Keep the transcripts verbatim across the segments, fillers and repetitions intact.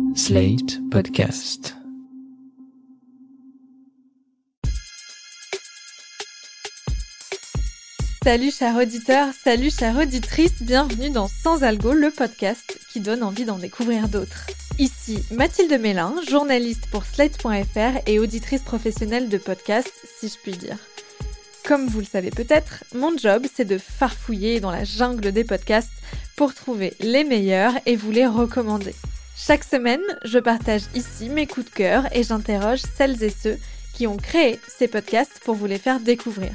Slate Podcast. Salut chers auditeurs, salut chères auditrices, bienvenue dans Sans Algo, le podcast qui donne envie d'en découvrir d'autres. Ici Mathilde Mélin, journaliste pour Slate point F R et auditrice professionnelle de podcast, si je puis dire. Comme vous le savez peut-être, mon job c'est de farfouiller dans la jungle des podcasts pour trouver les meilleurs et vous les recommander. Chaque semaine, je partage ici mes coups de cœur et j'interroge celles et ceux qui ont créé ces podcasts pour vous les faire découvrir.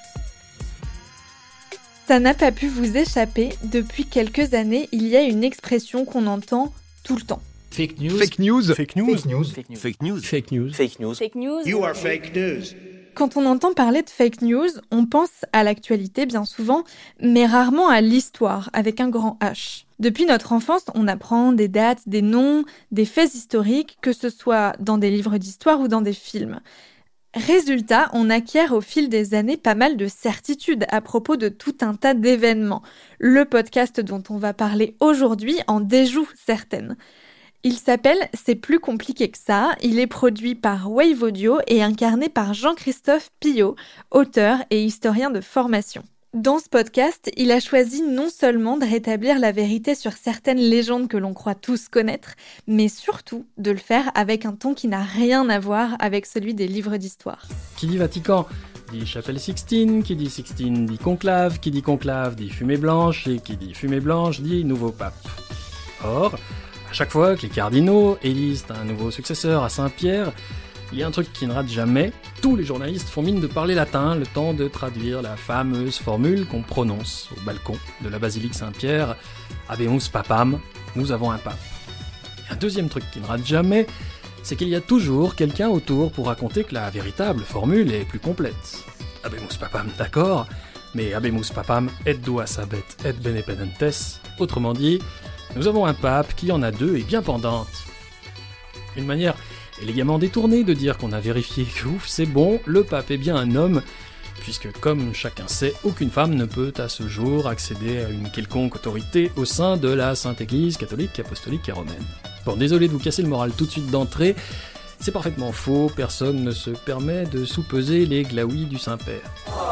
Ça n'a pas pu vous échapper, depuis quelques années, il y a une expression qu'on entend tout le temps. Fake news. Fake news. Fake news. Fake news. Fake news. Fake news. Fake news. Fake news. Fake news. You are fake news. Quand on entend parler de fake news, on pense à l'actualité bien souvent, mais rarement à l'histoire, avec un grand H. Depuis notre enfance, on apprend des dates, des noms, des faits historiques, que ce soit dans des livres d'histoire ou dans des films. Résultat, on acquiert au fil des années pas mal de certitudes à propos de tout un tas d'événements. Le podcast dont on va parler aujourd'hui en déjoue certaines. Il s'appelle « C'est plus compliqué que ça », il est produit par Wave Audio et incarné par Jean-Christophe Pillot, auteur et historien de formation. Dans ce podcast, il a choisi non seulement de rétablir la vérité sur certaines légendes que l'on croit tous connaître, mais surtout de le faire avec un ton qui n'a rien à voir avec celui des livres d'histoire. Qui dit Vatican dit Chapelle Sixtine, qui dit Sixtine dit conclave, qui dit conclave dit fumée blanche, et qui dit fumée blanche dit nouveau pape. Or, à chaque fois que les cardinaux élisent un nouveau successeur à Saint-Pierre, il y a un truc qui ne rate jamais, tous les journalistes font mine de parler latin le temps de traduire la fameuse formule qu'on prononce au balcon de la basilique Saint-Pierre, Habemus Papam, nous avons un pape. Et un deuxième truc qui ne rate jamais, c'est qu'il y a toujours quelqu'un autour pour raconter que la véritable formule est plus complète. Habemus Papam, d'accord, mais Habemus Papam et duas habet et benependentes, autrement dit, nous avons un pape qui en a deux et bien pendantes. Une manière élégamment détournée de dire qu'on a vérifié que ouf, c'est bon, le pape est bien un homme, puisque comme chacun sait, aucune femme ne peut à ce jour accéder à une quelconque autorité au sein de la Sainte Église catholique, apostolique et romaine. Bon, désolé de vous casser le moral tout de suite d'entrée, c'est parfaitement faux, personne ne se permet de sous-peser les glaouis du Saint-Père.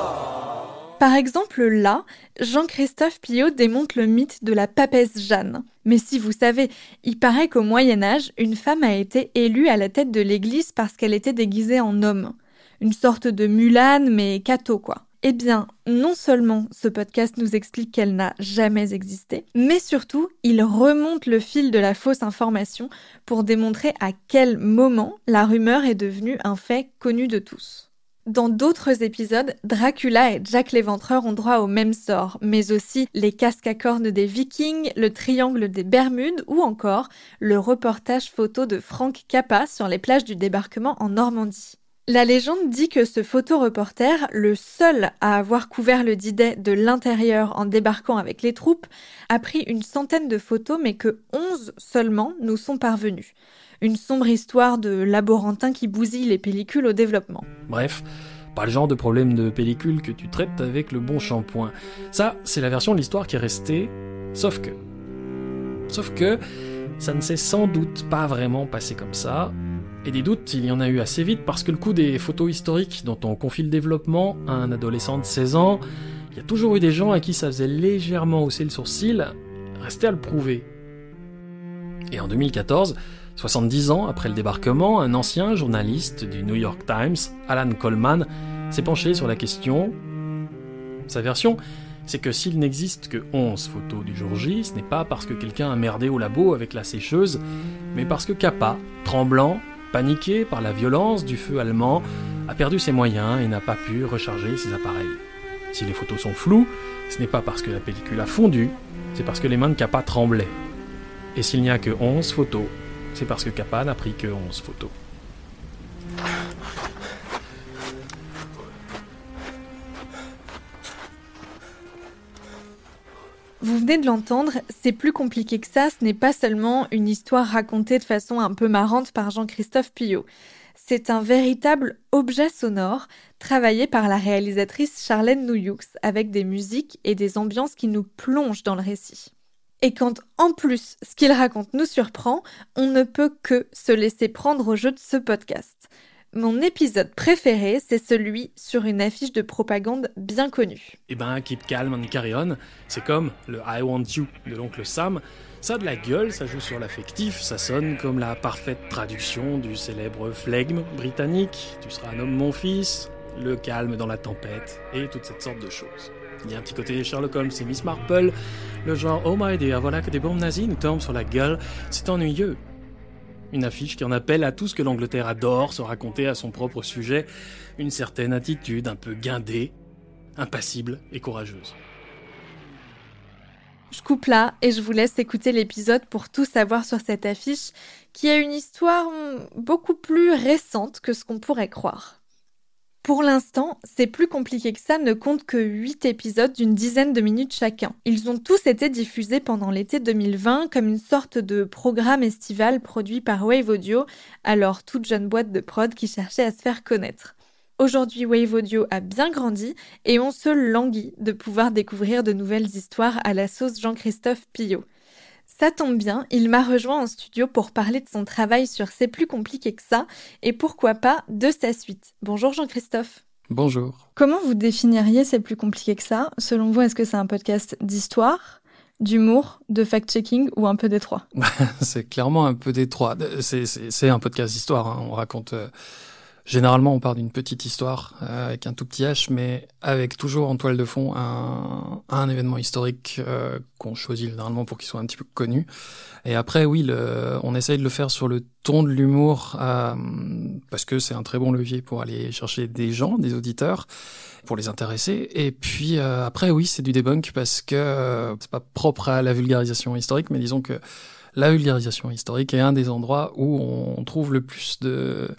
Par exemple, là, Jean-Christophe Pillot démonte le mythe de la papesse Jeanne. Mais si vous savez, il paraît qu'au Moyen-Âge, une femme a été élue à la tête de l'église parce qu'elle était déguisée en homme. Une sorte de Mulan, mais catho quoi. Eh bien, non seulement ce podcast nous explique qu'elle n'a jamais existé, mais surtout, il remonte le fil de la fausse information pour démontrer à quel moment la rumeur est devenue un fait connu de tous. Dans d'autres épisodes, Dracula et Jack l'Éventreur ont droit au même sort, mais aussi les casques à cornes des Vikings, le triangle des Bermudes ou encore le reportage photo de Frank Cappa sur les plages du débarquement en Normandie. La légende dit que ce photoreporter, le seul à avoir couvert le D-Day de l'intérieur en débarquant avec les troupes, a pris une centaine de photos mais que onze seulement nous sont parvenues. Une sombre histoire de laborantin qui bousille les pellicules au développement. Bref, pas le genre de problème de pellicule que tu traites avec le bon shampoing. Ça, c'est la version de l'histoire qui est restée, sauf que... Sauf que, ça ne s'est sans doute pas vraiment passé comme ça, et des doutes, il y en a eu assez vite, parce que le coup des photos historiques dont on confie le développement à un adolescent de seize ans, il y a toujours eu des gens à qui ça faisait légèrement hausser le sourcil, restait à le prouver. Et en deux mille quatorze, soixante-dix ans après le débarquement, un ancien journaliste du New York Times, Alan Coleman, s'est penché sur la question. Sa version, c'est que s'il n'existe que onze photos du jour J, ce n'est pas parce que quelqu'un a merdé au labo avec la sécheuse, mais parce que Cappa, tremblant, paniqué par la violence du feu allemand, a perdu ses moyens et n'a pas pu recharger ses appareils. Si les photos sont floues, ce n'est pas parce que la pellicule a fondu, c'est parce que les mains de Cappa tremblaient. Et s'il n'y a que onze photos, c'est parce que Cappa n'a pris que onze photos. Vous venez de l'entendre, c'est plus compliqué que ça, ce n'est pas seulement une histoire racontée de façon un peu marrante par Jean-Christophe Pillot. C'est un véritable objet sonore, travaillé par la réalisatrice Charlène Nouyoux, avec des musiques et des ambiances qui nous plongent dans le récit. Et quand, en plus, ce qu'il raconte nous surprend, on ne peut que se laisser prendre au jeu de ce podcast. Mon épisode préféré, c'est celui sur une affiche de propagande bien connue. Eh ben, Keep Calm and Carry On, c'est comme le I Want You de l'oncle Sam. Ça a de la gueule, ça joue sur l'affectif, ça sonne comme la parfaite traduction du célèbre flegme britannique. Tu seras un homme, mon fils, le calme dans la tempête, et toute cette sorte de choses. Il y a un petit côté Sherlock Holmes et Miss Marple, le genre « Oh my dear, voilà que des bombes nazies nous tombent sur la gueule, c'est ennuyeux ». Une affiche qui en appelle à tout ce que l'Angleterre adore se raconter à son propre sujet, une certaine attitude un peu guindée, impassible et courageuse. Je coupe là et je vous laisse écouter l'épisode pour tout savoir sur cette affiche qui a une histoire beaucoup plus récente que ce qu'on pourrait croire. Pour l'instant, C'est plus compliqué que ça ne compte que huit épisodes d'une dizaine de minutes chacun. Ils ont tous été diffusés pendant l'été deux mille vingt comme une sorte de programme estival produit par Wave Audio, alors toute jeune boîte de prod qui cherchait à se faire connaître. Aujourd'hui, Wave Audio a bien grandi et on se languit de pouvoir découvrir de nouvelles histoires à la sauce Jean-Christophe Pillot. Ça tombe bien, il m'a rejoint en studio pour parler de son travail sur C'est plus compliqué que ça et pourquoi pas de sa suite. Bonjour Jean-Christophe. Bonjour. Comment vous définiriez C'est plus compliqué que ça ? Selon vous, est-ce que c'est un podcast d'histoire, d'humour, de fact-checking ou un peu des trois ? C'est clairement un peu des trois. C'est, c'est, c'est un podcast d'histoire, hein. On raconte... Euh... Généralement, on part d'une petite histoire euh, avec un tout petit H, mais avec toujours en toile de fond un, un événement historique euh, qu'on choisit généralement pour qu'il soit un petit peu connu. Et après, oui, le, on essaye de le faire sur le ton de l'humour euh, parce que c'est un très bon levier pour aller chercher des gens, des auditeurs, pour les intéresser. Et puis euh, après, oui, c'est du debunk parce que euh, c'est pas propre à la vulgarisation historique, mais disons que la vulgarisation historique est un des endroits où on trouve le plus de...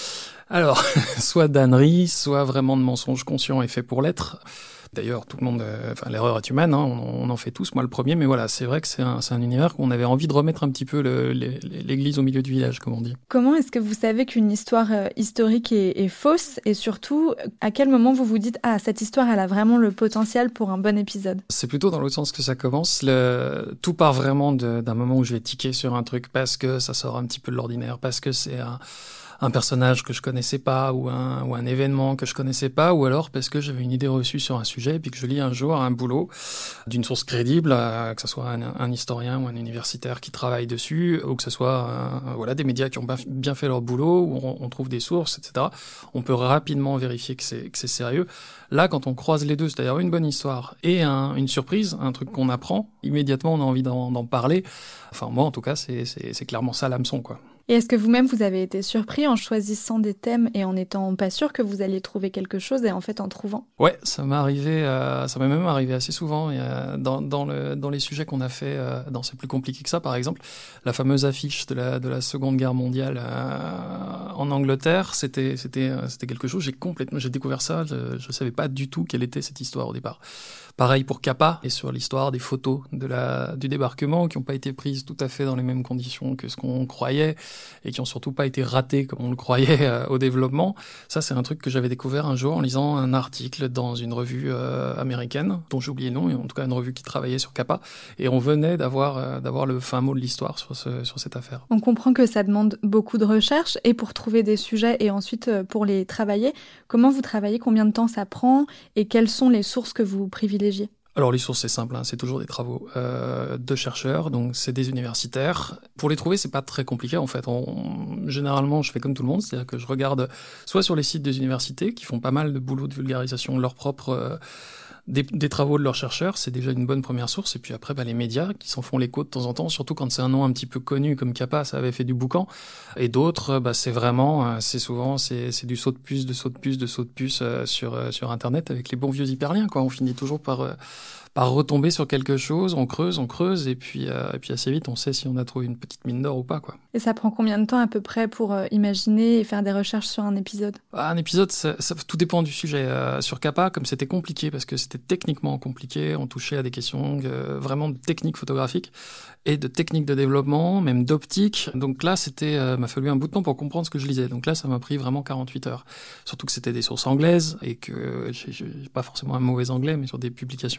Alors, soit d'ânerie, soit vraiment de mensonges conscients et faits pour l'être. D'ailleurs, tout le monde, euh, enfin, l'erreur est humaine, hein, on, on en fait tous, moi le premier, mais voilà, c'est vrai que c'est un, c'est un univers qu'on avait envie de remettre un petit peu le, le, l'église au milieu du village, comme on dit. Comment est-ce que vous savez qu'une histoire euh, historique est, est fausse, et surtout, à quel moment vous vous dites « Ah, cette histoire, elle a vraiment le potentiel pour un bon épisode ». C'est plutôt dans l'autre sens que ça commence. Le... Tout part vraiment de, d'un moment où je vais tiquer sur un truc parce que ça sort un petit peu de l'ordinaire, parce que c'est un... un personnage que je connaissais pas ou un, ou un événement que je connaissais pas, ou alors parce que j'avais une idée reçue sur un sujet et puis que je lis un jour un boulot d'une source crédible, euh, que ce soit un, un historien ou un universitaire qui travaille dessus, ou que ce soit euh, voilà, des médias qui ont bien fait leur boulot, où on, on trouve des sources, et cetera. On peut rapidement vérifier que c'est, que c'est sérieux. Là, quand on croise les deux, c'est-à-dire une bonne histoire et un, une surprise, un truc qu'on apprend, immédiatement on a envie d'en, d'en parler. Enfin, moi en tout cas, c'est, c'est, c'est clairement ça l'hameçon, quoi. Et est-ce que vous-même, vous avez été surpris en choisissant des thèmes et en n'étant pas sûr que vous alliez trouver quelque chose et en fait en trouvant ? Ouais, ça m'est arrivé, euh, ça m'est même arrivé assez souvent. Et, euh, dans, dans, le, dans les sujets qu'on a fait, euh, dans C'est plus compliqué que ça, par exemple, la fameuse affiche de la, de la Seconde Guerre mondiale euh, en Angleterre, c'était, c'était, euh, c'était quelque chose. J'ai complètement, j'ai découvert ça. Je, je savais pas du tout quelle était cette histoire au départ. Pareil pour Capa et sur l'histoire des photos de la, du débarquement qui n'ont pas été prises tout à fait dans les mêmes conditions que ce qu'on croyait et qui n'ont surtout pas été ratées comme on le croyait euh, au développement. Ça, c'est un truc que j'avais découvert un jour en lisant un article dans une revue euh, américaine, dont j'ai oublié le nom, et en tout cas une revue qui travaillait sur Capa. Et on venait d'avoir, euh, d'avoir le fin mot de l'histoire sur, ce, sur cette affaire. On comprend que ça demande beaucoup de recherche et pour trouver des sujets et ensuite euh, pour les travailler. Comment vous travaillez ? Combien de temps ça prend ? Et quelles sont les sources que vous privilégiez ? Alors les sources, c'est simple, hein, c'est toujours des travaux euh, de chercheurs, donc c'est des universitaires. Pour les trouver, c'est pas très compliqué en fait. On, généralement, je fais comme tout le monde, c'est-à-dire que je regarde soit sur les sites des universités qui font pas mal de boulot de vulgarisation de leurs propres euh, des, des travaux de leurs chercheurs, c'est déjà une bonne première source. Et puis après, bah, les médias qui s'en font l'écho de temps en temps, surtout quand c'est un nom un petit peu connu comme Capa, ça avait fait du boucan. Et d'autres, bah, c'est vraiment, c'est souvent, c'est, c'est du saut de puce, de saut de puce, de saut de puce euh, sur euh, sur Internet avec les bons vieux hyperliens, quoi. On finit toujours par euh, par retomber sur quelque chose, on creuse, on creuse, et puis, euh, et puis assez vite, on sait si on a trouvé une petite mine d'or ou pas, quoi. Et ça prend combien de temps à peu près pour euh, imaginer et faire des recherches sur un épisode ? Un épisode, ça, ça, tout dépend du sujet. Euh, sur Capa, comme c'était compliqué, parce que c'était techniquement compliqué, on touchait à des questions euh, vraiment de technique photographique et de technique de développement, même d'optique. Donc là, c'était, euh, m'a fallu un bout de temps pour comprendre ce que je lisais. Donc là, ça m'a pris vraiment quarante-huit heures. Surtout que c'était des sources anglaises et que j'ai, j'ai pas forcément un mauvais anglais, mais sur des publications un peu techniques.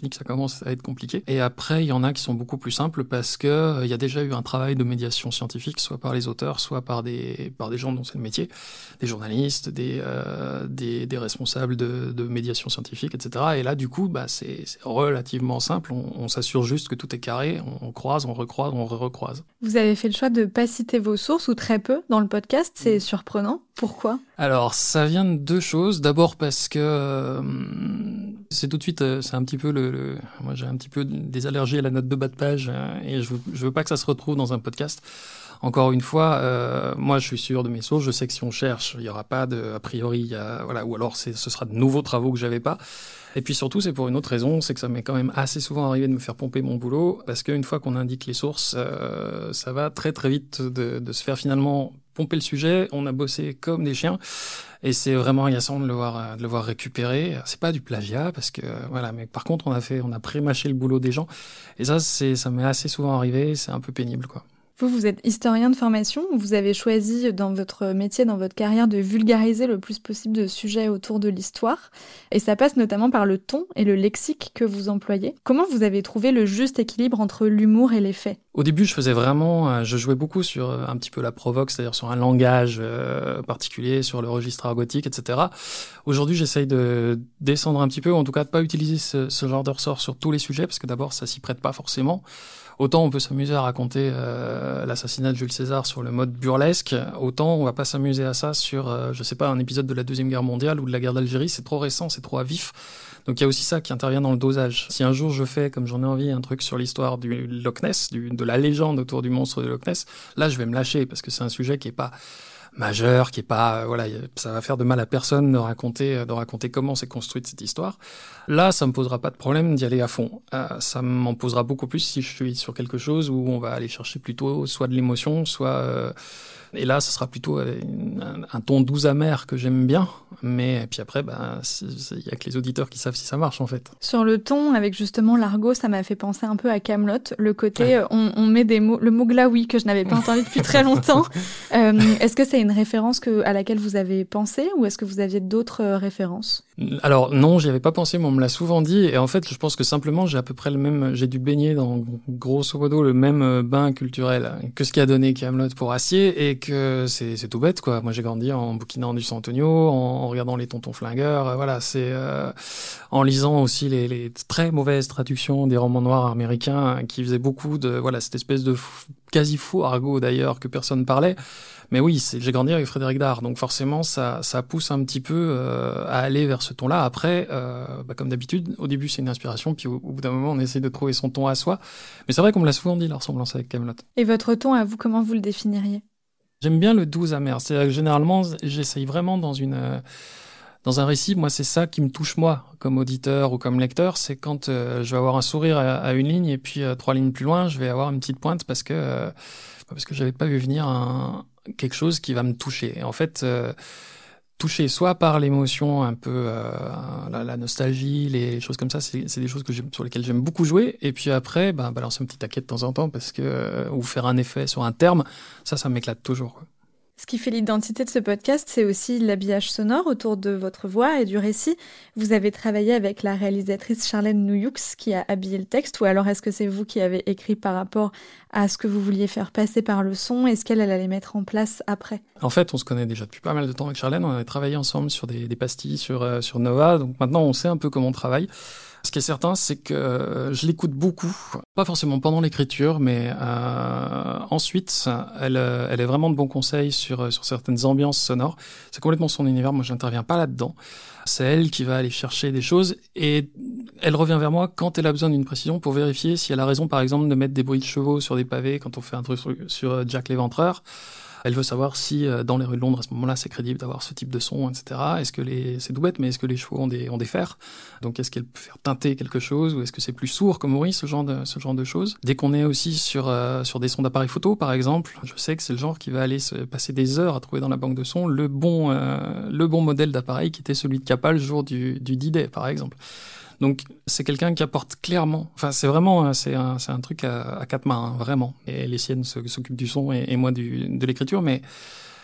technique, ça commence à être compliqué. Et après, il y en a qui sont beaucoup plus simples parce que euh, il y a déjà eu un travail de médiation scientifique, soit par les auteurs, soit par des par des gens dont c'est le métier, des journalistes, des euh, des, des responsables de, de médiation scientifique, et cetera. Et là, du coup, bah c'est, c'est relativement simple. On, on s'assure juste que tout est carré. On, on croise, on recroise, on re-recroise. Vous avez fait le choix de pas citer vos sources ou très peu dans le podcast. C'est surprenant. Pourquoi ? Alors, ça vient de deux choses. D'abord parce que euh, c'est tout de suite, euh, c'est un petit peu le, le... Moi, j'ai un petit peu des allergies à la note de bas de page euh, et je veux, je veux pas que ça se retrouve dans un podcast. Encore une fois, euh, moi, je suis sûr de mes sources. Je sais que si on cherche, il y aura pas de, a priori, il y a, voilà, ou alors c'est, ce sera de nouveaux travaux que j'avais pas. Et puis surtout, c'est pour une autre raison, c'est que ça m'est quand même assez souvent arrivé de me faire pomper mon boulot, parce qu'une fois qu'on indique les sources, euh, ça va très très vite de, de se faire finalement pomper le sujet. On a bossé comme des chiens, et c'est vraiment agaçant de le voir, de le voir récupérer. C'est pas du plagiat, parce que voilà, mais par contre, on a fait, on a pré-mâché le boulot des gens, et ça, c'est, ça m'est assez souvent arrivé. C'est un peu pénible, quoi. Vous, vous êtes historien de formation, vous avez choisi dans votre métier, dans votre carrière, de vulgariser le plus possible de sujets autour de l'histoire. Et ça passe notamment par le ton et le lexique que vous employez. Comment vous avez trouvé le juste équilibre entre l'humour et les faits ? Au début, je faisais vraiment, je jouais beaucoup sur un petit peu la provoque, c'est-à-dire sur un langage euh, particulier, sur le registre argotique, et cetera. Aujourd'hui, j'essaye de descendre un petit peu, ou en tout cas de pas utiliser ce, ce genre de ressort sur tous les sujets, parce que d'abord, ça s'y prête pas forcément. Autant on peut s'amuser à raconter euh, l'assassinat de Jules César sur le mode burlesque, autant on va pas s'amuser à ça sur, euh, je sais pas, un épisode de la Deuxième Guerre mondiale ou de la guerre d'Algérie. C'est trop récent, c'est trop à vif. Donc il y a aussi ça qui intervient dans le dosage. Si un jour je fais, comme j'en ai envie, un truc sur l'histoire du Loch Ness, du, de la légende autour du monstre de Loch Ness, là je vais me lâcher parce que c'est un sujet qui est pas majeur, qui est pas, voilà, ça va faire de mal à personne de raconter, de raconter comment s'est construite cette histoire. Là, ça me posera pas de problème d'y aller à fond. Euh, ça m'en posera beaucoup plus si je suis sur quelque chose où on va aller chercher plutôt soit de l'émotion, soit, euh, et là, ça sera plutôt un, un ton doux amer que j'aime bien. Mais puis après, ben, il y a que les auditeurs qui savent si ça marche en fait. Sur le ton, avec justement l'argot, ça m'a fait penser un peu à Kaamelott. Le côté, ouais. on, on met des mots, le mot glaoui que je n'avais pas entendu depuis très longtemps. Euh, est-ce que c'est une référence que, à laquelle vous avez pensé, ou est-ce que vous aviez d'autres euh, références ? Alors non, j'y avais pas pensé, mais on me l'a souvent dit. Et en fait, je pense que simplement, j'ai à peu près le même, j'ai dû baigner dans grosso modo le même bain culturel que ce qui a donné Kaamelott pour Acier, et que c'est, c'est tout bête, quoi. Moi, j'ai grandi en bouquinant du Santonio, en, en regardant les Tontons Flingueurs. Euh, voilà, c'est euh, en lisant aussi les, les très mauvaises traductions des romans noirs américains qui faisaient beaucoup de, voilà, cette espèce de f- quasi faux argot d'ailleurs que personne parlait. Mais oui, c'est, j'ai grandi avec Frédéric Dard, donc forcément ça, ça pousse un petit peu euh, à aller vers ce ton-là. Après, euh, bah, comme d'habitude, au début c'est une inspiration, puis au, au bout d'un moment on essaie de trouver son ton à soi. Mais c'est vrai qu'on me l'a souvent dit, la ressemblance avec Kaamelott. Et votre ton, à vous, comment vous le définiriez ? J'aime bien le doux amer. C'est-à-dire que généralement, j'essaye vraiment dans une euh, dans un récit. Moi, c'est ça qui me touche moi, comme auditeur ou comme lecteur. C'est quand euh, je vais avoir un sourire à, à une ligne et puis euh, trois lignes plus loin, je vais avoir une petite pointe parce que euh, parce que j'avais pas vu venir un quelque chose qui va me toucher. Et en fait, euh, toucher soit par l'émotion, un peu euh, la, la nostalgie, les choses comme ça, c'est, c'est des choses que j'aime, sur lesquelles j'aime beaucoup jouer. Et puis après, bah, balancer un petit taquet de temps en temps, parce que euh, ou faire un effet sur un terme, ça, ça m'éclate toujours, quoi. Ce qui fait l'identité de ce podcast, c'est aussi l'habillage sonore autour de votre voix et du récit. Vous avez travaillé avec la réalisatrice Charlène Nouyoux qui a habillé le texte, ou alors est-ce que c'est vous qui avez écrit par rapport à ce que vous vouliez faire passer par le son, et ce qu'elle elle allait mettre en place après ? En fait, on se connaît déjà depuis pas mal de temps avec Charlène, on avait travaillé ensemble sur des, des pastilles sur, euh, sur Nova, donc maintenant on sait un peu comment on travaille. Ce qui est certain, c'est que euh, je l'écoute beaucoup, pas forcément pendant l'écriture, mais euh, ensuite, elle, elle est vraiment de bons conseils sur, sur certaines ambiances sonores. C'est complètement son univers, moi je n'interviens pas là-dedans. C'est elle qui va aller chercher des choses, et elle revient vers moi quand elle a besoin d'une précision pour vérifier si elle a raison, par exemple, de mettre des bruits de chevaux sur des pavés quand on fait un truc sur, sur Jack l'Éventreur. Elle veut savoir si, euh, dans les rues de Londres, à ce moment-là, c'est crédible d'avoir ce type de son, et cetera. Est-ce que les, c'est tout bête, mais est-ce que les chevaux ont des, ont des fers ? Donc, est-ce qu'elle peut faire teinter quelque chose, ou est-ce que c'est plus sourd comme bruit, ce genre de, ce genre de choses ? Dès qu'on est aussi sur, euh, sur des sons d'appareils photo, par exemple, je sais que c'est le genre qui va aller se passer des heures à trouver dans la banque de sons le bon, euh, le bon modèle d'appareil qui était celui de Capa le jour du, du D-Day, par exemple. Donc, c'est quelqu'un qui apporte clairement, enfin, c'est vraiment, c'est un, c'est un truc à, à quatre mains, hein, vraiment. Et les siennes s'occupent du son et, et moi du, de l'écriture, mais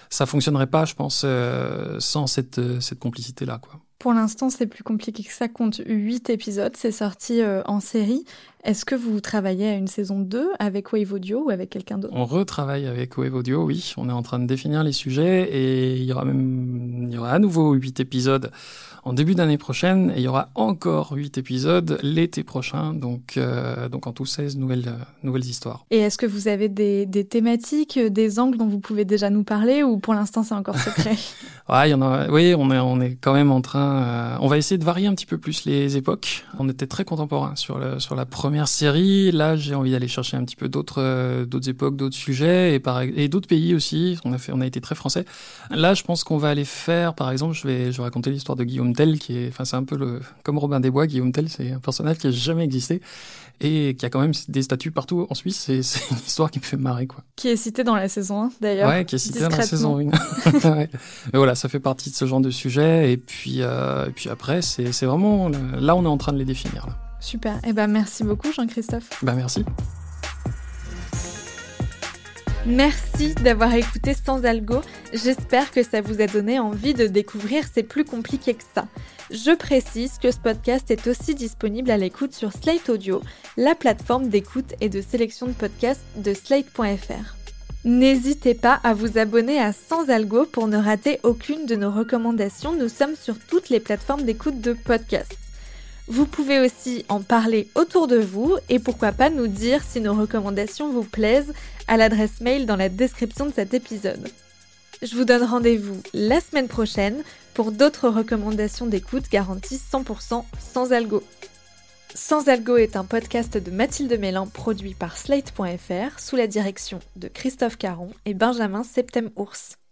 ça fonctionnerait pas, je pense, euh, sans cette, cette complicité-là, quoi. Pour l'instant, c'est plus compliqué que ça. Compte huit épisodes, c'est sorti euh, en série. Est-ce que vous travaillez à une saison deux avec Wave Audio ou avec quelqu'un d'autre ? On retravaille avec Wave Audio, oui. On est en train de définir les sujets et il y aura même, il y aura à nouveau huit épisodes en début d'année prochaine et il y aura encore huit épisodes l'été prochain. Donc, euh, donc en tout seize nouvelles, euh, nouvelles histoires. Et est-ce que vous avez des, des thématiques, des angles dont vous pouvez déjà nous parler ou pour l'instant c'est encore secret ? Ouais, il y en a, oui, on est, on est quand même en train, euh, on va essayer de varier un petit peu plus les époques. On était très contemporains sur le, sur la première série. Là, j'ai envie d'aller chercher un petit peu d'autres, euh, d'autres époques, d'autres sujets et par, et d'autres pays aussi. On a fait, on a été très français. Là, je pense qu'on va aller faire, par exemple, je vais, je vais raconter l'histoire de Guillaume Tell, qui est, enfin, c'est un peu le, comme Robin des Bois. Guillaume Tell, c'est un personnage qui a jamais existé et qui a quand même des statues partout en Suisse. C'est, c'est une histoire qui me fait marrer, quoi. Qui est cité dans la saison un, d'ailleurs. Ouais, qui est cité dans la saison un. Ouais. Mais voilà, ça fait partie de ce genre de sujet. Et puis, euh, et puis après, c'est, c'est vraiment, là, on est en train de les définir, là. Super. Eh ben, merci beaucoup, Jean-Christophe. Bah, merci. Merci d'avoir écouté Sans Algo. J'espère que ça vous a donné envie de découvrir C'est plus compliqué que ça. Je précise que ce podcast est aussi disponible à l'écoute sur Slate Audio, la plateforme d'écoute et de sélection de podcasts de slate point f r. N'hésitez pas à vous abonner à Sans Algo pour ne rater aucune de nos recommandations. Nous sommes sur toutes les plateformes d'écoute de podcasts. Vous pouvez aussi en parler autour de vous et pourquoi pas nous dire si nos recommandations vous plaisent à l'adresse mail dans la description de cet épisode. Je vous donne rendez-vous la semaine prochaine pour d'autres recommandations d'écoute garanties cent pour cent sans algo. Sans Algo est un podcast de Mathilde Mélan produit par slate point f r sous la direction de Christophe Caron et Benjamin Septem-Ours.